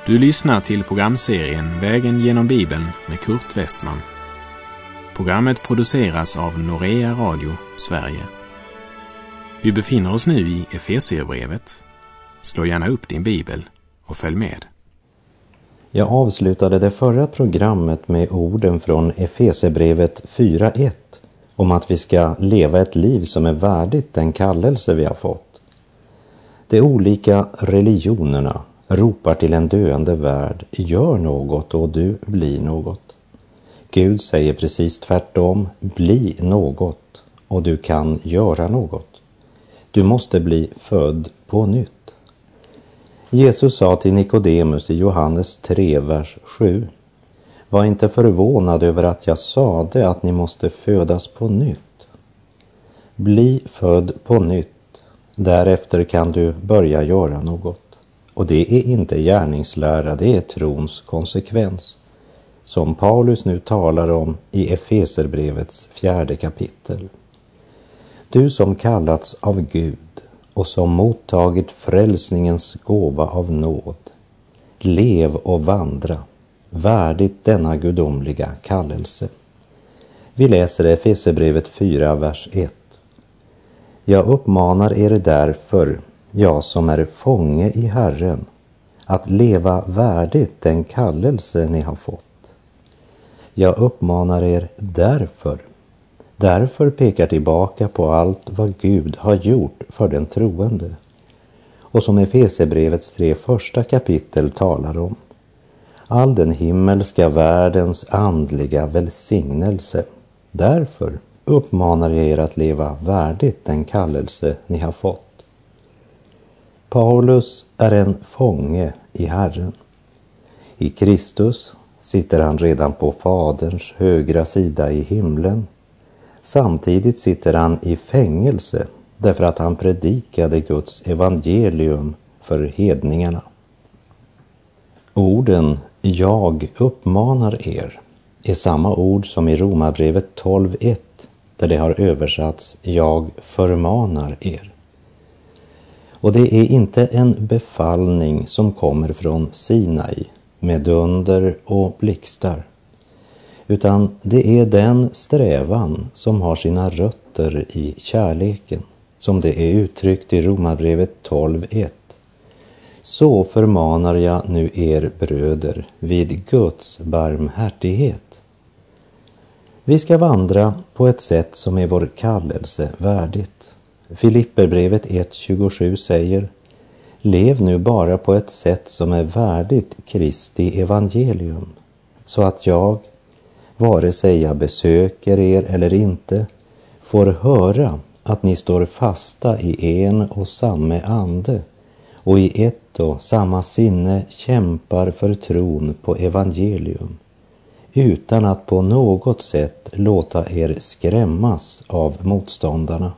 Du lyssnar till programserien Vägen genom Bibeln med Kurt Westman. Programmet produceras av Norea Radio, Sverige. Vi befinner oss nu i Efesierbrevet. Slå gärna upp din bibel och följ med. Jag avslutade det förra programmet med orden från Efesierbrevet 4:1 om att vi ska leva ett liv som är värdigt den kallelse vi har fått. De olika religionerna ropar till en döende värld: gör något och du blir något. Gud säger precis tvärtom: bli något och du kan göra något. Du måste bli född på nytt. Jesus sa till Nikodemus i Johannes 3, vers 7: var inte förvånad över att jag sade att ni måste födas på nytt. Bli född på nytt, därefter kan du börja göra något. Och det är inte gärningslära, det är trons konsekvens, som Paulus nu talar om i Efeserbrevets 4:e kapitel. Du som kallats av Gud och som mottagit frälsningens gåva av nåd, lev och vandra värdigt denna gudomliga kallelse. Vi läser Efeserbrevet 4, vers 1. Jag uppmanar er därför, jag som är fånge i Herren, att leva värdigt den kallelse ni har fått. Jag uppmanar er därför. Därför pekar tillbaka på allt vad Gud har gjort för den troende. Och som Efeserbrevets 3 första kapitel talar om: all den himmelska världens andliga välsignelse. Därför uppmanar jag er att leva värdigt den kallelse ni har fått. Paulus är en fånge i Herren. I Kristus sitter han redan på Faderns högra sida i himlen. Samtidigt sitter han i fängelse därför att han predikade Guds evangelium för hedningarna. Orden jag uppmanar er är samma ord som i Romarbrevet 12:1, där det har översatts jag förmanar er. Och det är inte en befallning som kommer från Sinai med dunder och blixtar, utan det är den strävan som har sina rötter i kärleken, som det är uttryckt i Romarbrevet 12:1. Så förmanar jag nu er bröder vid Guds barmhärtighet. Vi ska vandra på ett sätt som är vår kallelse värdigt. Filipperbrevet 1:27 säger: lev nu bara på ett sätt som är värdigt Kristi evangelium, så att jag, vare sig jag besöker er eller inte, får höra att ni står fasta i en och samma ande och i ett och samma sinne kämpar för tron på evangelium, utan att på något sätt låta er skrämmas av motståndarna.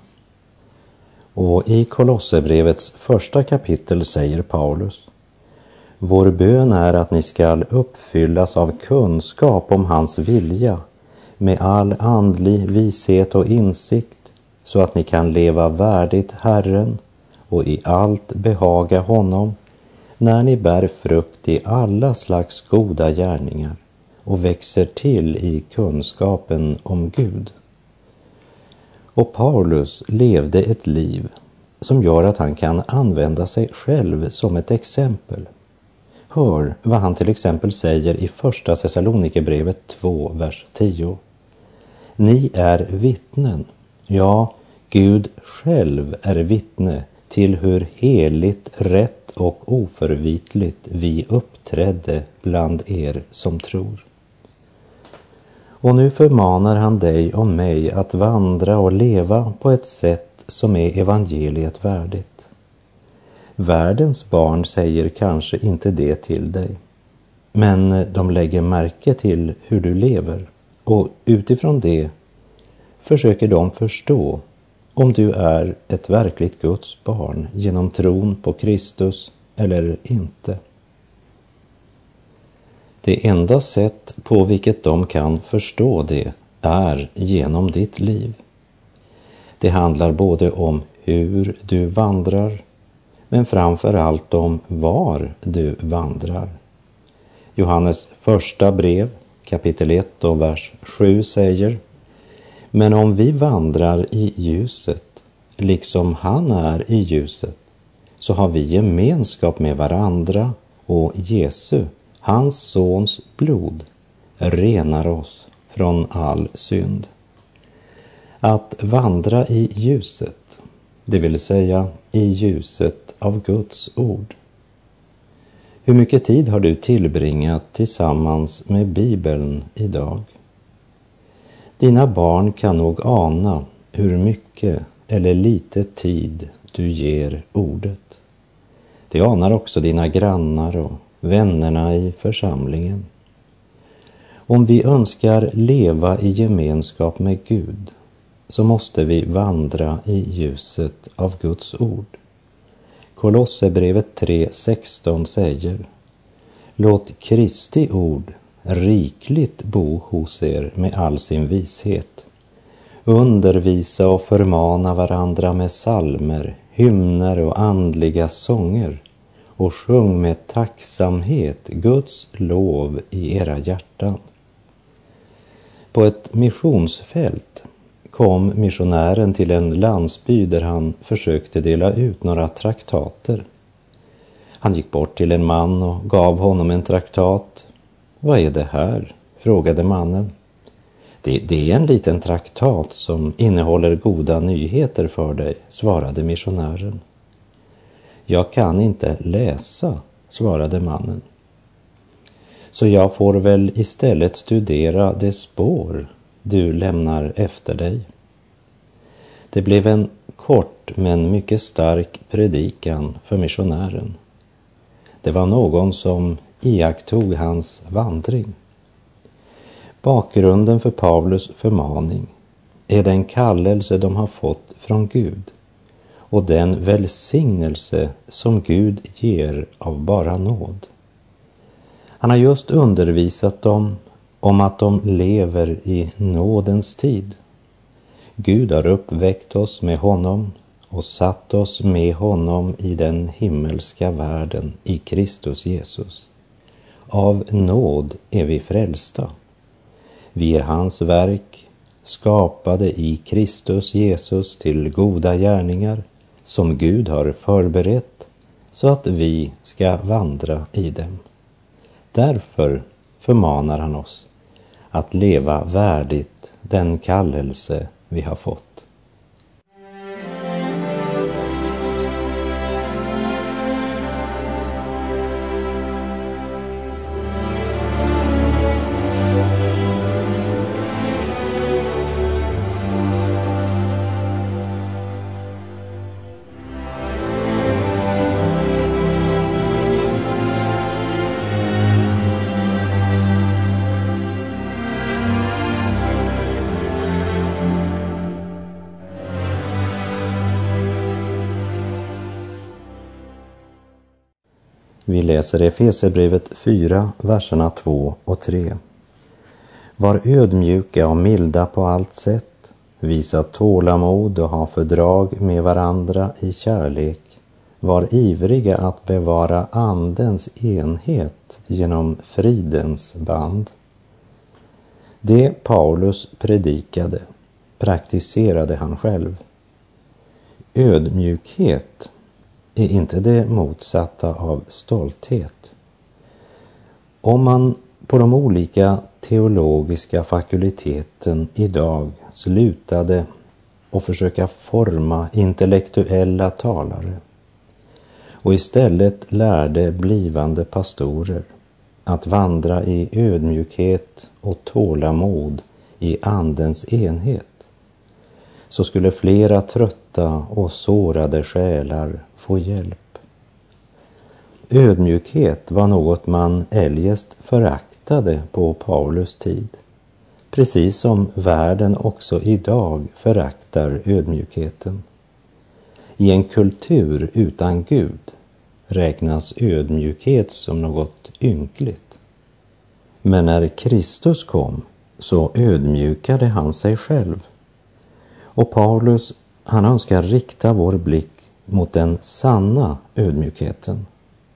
Och i Kolosserbrevets 1:a kapitel säger Paulus: vår bön är att ni skall uppfyllas av kunskap om hans vilja med all andlig vishet och insikt, så att ni kan leva värdigt Herren och i allt behaga honom, när ni bär frukt i alla slags goda gärningar och växer till i kunskapen om Gud. Och Paulus levde ett liv som gör att han kan använda sig själv som ett exempel. Hör vad han till exempel säger i 1 Thessalonikerbrevet 2, vers 10. Ni är vittnen, ja, Gud själv är vittne till hur heligt, rätt och oförvitligt vi uppträdde bland er som tror. Och nu förmanar han dig och mig att vandra och leva på ett sätt som är evangeliet värdigt. Världens barn säger kanske inte det till dig, men de lägger märke till hur du lever, och utifrån det försöker de förstå om du är ett verkligt Guds barn genom tron på Kristus eller inte. Det enda sätt på vilket de kan förstå det är genom ditt liv. Det handlar både om hur du vandrar, men framför allt om var du vandrar. Johannes första brev, kapitel 1 och vers 7 säger: Men om vi vandrar i ljuset, liksom han är i ljuset, så har vi gemenskap med varandra, och Jesu, hans sons blod, renar oss från all synd. Att vandra i ljuset, det vill säga i ljuset av Guds ord. Hur mycket tid har du tillbringat tillsammans med Bibeln idag? Dina barn kan nog ana hur mycket eller lite tid du ger ordet. Det anar också dina grannar och vännerna i församlingen. Om vi önskar leva i gemenskap med Gud, så måste vi vandra i ljuset av Guds ord. Kolosserbrevet 3:16 säger: Låt Kristi ord rikligt bo hos er med all sin vishet. Undervisa och förmana varandra med psalmer, hymner och andliga sånger, och sjung med tacksamhet Guds lov i era hjärtan. På ett missionsfält kom missionären till en landsby där han försökte dela ut några traktater. Han gick bort till en man och gav honom en traktat. Vad är det här? Frågade mannen. Det är en liten traktat som innehåller goda nyheter för dig, svarade missionären. Jag kan inte läsa, svarade mannen. Så jag får väl istället studera det spår du lämnar efter dig. Det blev en kort men mycket stark predikan för missionären. Det var någon som iakttog hans vandring. Bakgrunden för Paulus förmaning är den kallelse de har fått från Gud och den välsignelse som Gud ger av bara nåd. Han har just undervisat dem om att de lever i nådens tid. Gud har uppväckt oss med honom och satt oss med honom i den himmelska världen i Kristus Jesus. Av nåd är vi frälsta. Vi är hans verk, skapade i Kristus Jesus till goda gärningar som Gud har förberett så att vi ska vandra i dem. Därför förmanar han oss att leva värdigt den kallelse vi har fått. Vi läser Efesierbrevet 4, verserna 2 och 3. Var ödmjuka och milda på allt sätt, visa tålamod och ha fördrag med varandra i kärlek. Var ivriga att bevara andens enhet genom fridens band. Det Paulus predikade praktiserade han själv. Ödmjukhet är inte det motsatta av stolthet. Om man på de olika teologiska fakulteten idag slutade att försöka forma intellektuella talare och istället lärde blivande pastorer att vandra i ödmjukhet och tålamod i andens enhet, så skulle flera trötta och sårade själar få hjälp. Ödmjukhet var något man eljest föraktade på Paulus tid, precis som världen också idag föraktar ödmjukheten. I en kultur utan Gud räknas ödmjukhet som något ynkligt. Men när Kristus kom så ödmjukade han sig själv. Och Paulus, han önskar rikta vår blick mot den sanna ödmjukheten.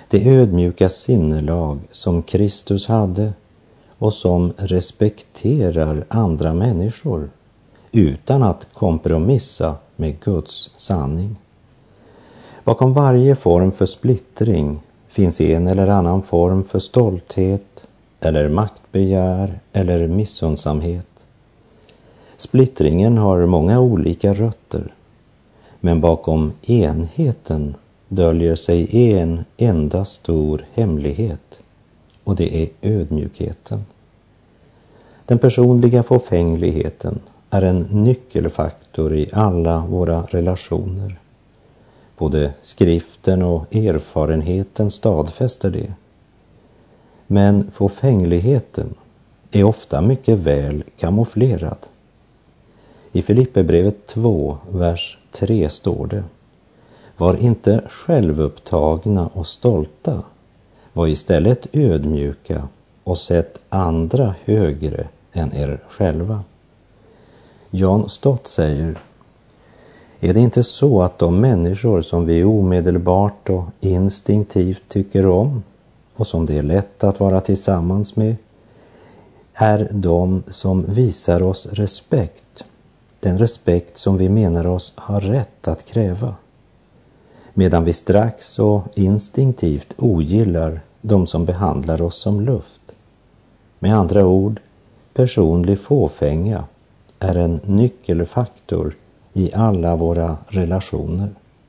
Det ödmjuka sinnelag som Kristus hade och som respekterar andra människor utan att kompromissa med Guds sanning. Bakom varje form för splittring finns en eller annan form för stolthet eller maktbegär eller missundsamhet. Splittringen har många olika rötter, men bakom enheten döljer sig en enda stor hemlighet, och det är ödmjukheten. Den personliga förfängligheten är en nyckelfaktor i alla våra relationer. Både skriften och erfarenheten stadfäster det. Men förfängligheten är ofta mycket väl kamouflerad. I Filipperbrevet 2, vers 3 står det: var inte självupptagna och stolta, var istället ödmjuka och sätt andra högre än er själva. John Stott säger: är det inte så att de människor som vi omedelbart och instinktivt tycker om och som det är lätt att vara tillsammans med är de som visar oss respekt, den respekt som vi menar oss ha rätt att kräva, medan vi strax och instinktivt ogillar de som behandlar oss som luft. Med andra ord, personlig fåfänga är en nyckelfaktor i alla våra relationer.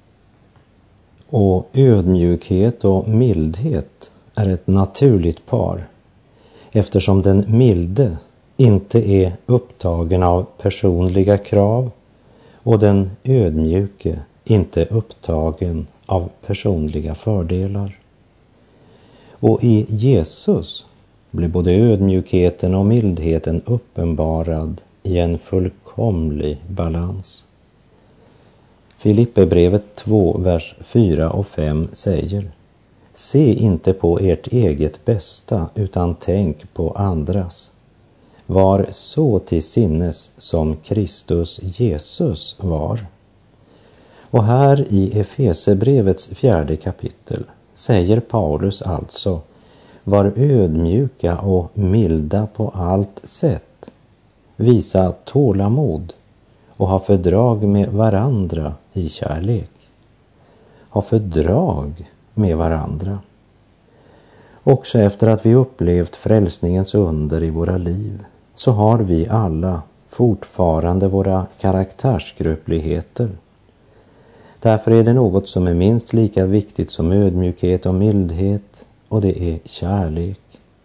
Och ödmjukhet och mildhet är ett naturligt par, eftersom den milde inte är upptagen av personliga krav och den ödmjuke inte upptagen av personliga fördelar. Och i Jesus blir både ödmjukheten och mildheten uppenbarad i en fullkomlig balans. Filipperbrevet 2, vers 4 och 5 säger: se inte på ert eget bästa utan tänk på andras. Var så till sinnes som Kristus Jesus var. Och här i Efeserbrevets 4 kapitel säger Paulus alltså: var ödmjuka och milda på allt sätt. Visa tålamod och ha fördrag med varandra i kärlek. Ha fördrag med varandra. Också efter att vi upplevt frälsningens under i våra liv så har vi alla fortfarande våra karaktärsgrupligheter. Därför är det något som är minst lika viktigt som ödmjukhet och mildhet, och det är kärlek.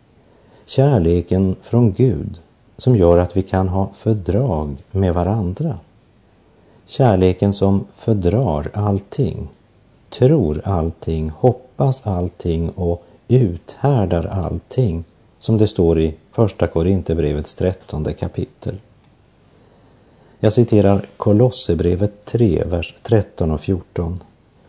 Kärleken från Gud som gör att vi kan ha fördrag med varandra. Kärleken som fördrar allting, tror allting, hoppas allting och uthärdar allting, som det står i första Korinthierbrevets 13 kapitel. Jag citerar Kolosserbrevet 3, vers 13 och 14.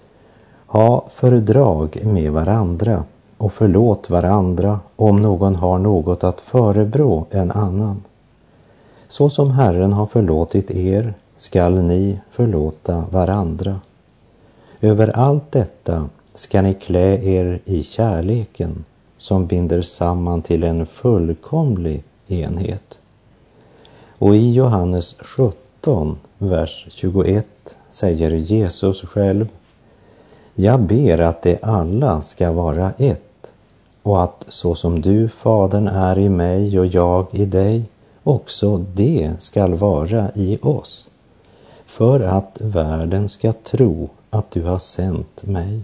Ha fördrag med varandra och förlåt varandra om någon har något att förebrå en annan. Så som Herren har förlåtit er skall ni förlåta varandra. Över allt detta ska ni klä er i kärleken som binder samman till en fullkomlig enhet. Och i Johannes 17, vers 21 säger Jesus själv: jag ber att de alla ska vara ett, och att så som du, Fadern, är i mig och jag i dig, också det skall vara i oss, för att världen ska tro att du har sänt mig.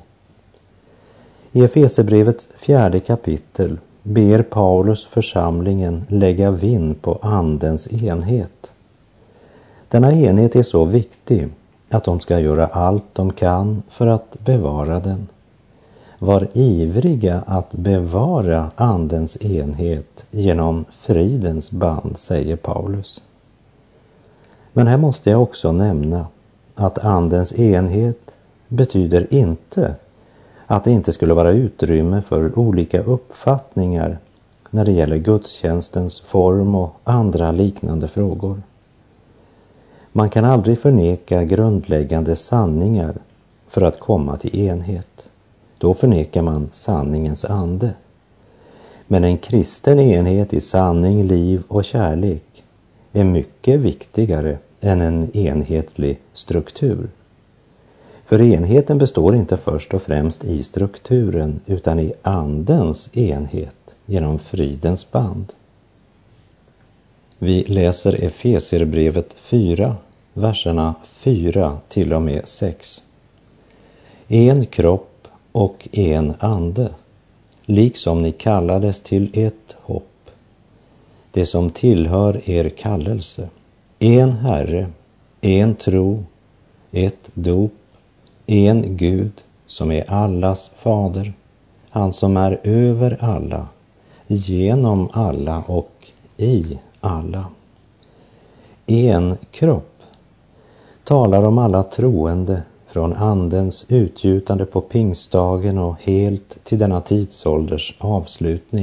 I Efeserbrevets 4 kapitel ber Paulus församlingen lägga vind på andens enhet. Denna enhet är så viktig att de ska göra allt de kan för att bevara den. Var ivriga att bevara andens enhet genom fridens band, säger Paulus. Men här måste jag också nämna att andens enhet betyder inte att det inte skulle vara utrymme för olika uppfattningar när det gäller gudstjänstens form och andra liknande frågor. Man kan aldrig förneka grundläggande sanningar för att komma till enhet. Då förnekar man sanningens ande. Men en kristen enhet i sanning, liv och kärlek är mycket viktigare än en enhetlig struktur. För enheten består inte först och främst i strukturen utan i andens enhet genom fridens band. Vi läser Efesierbrevet 4, verserna 4 till och med 6. En kropp och en ande, liksom ni kallades till ett hopp, det som tillhör er kallelse. En Herre, en tro, ett dop, en Gud som är allas fader, han som är över alla, genom alla och i alla. En kropp talar om alla troende från andens utgjutande på pingstdagen och helt till denna tidsålders avslutning.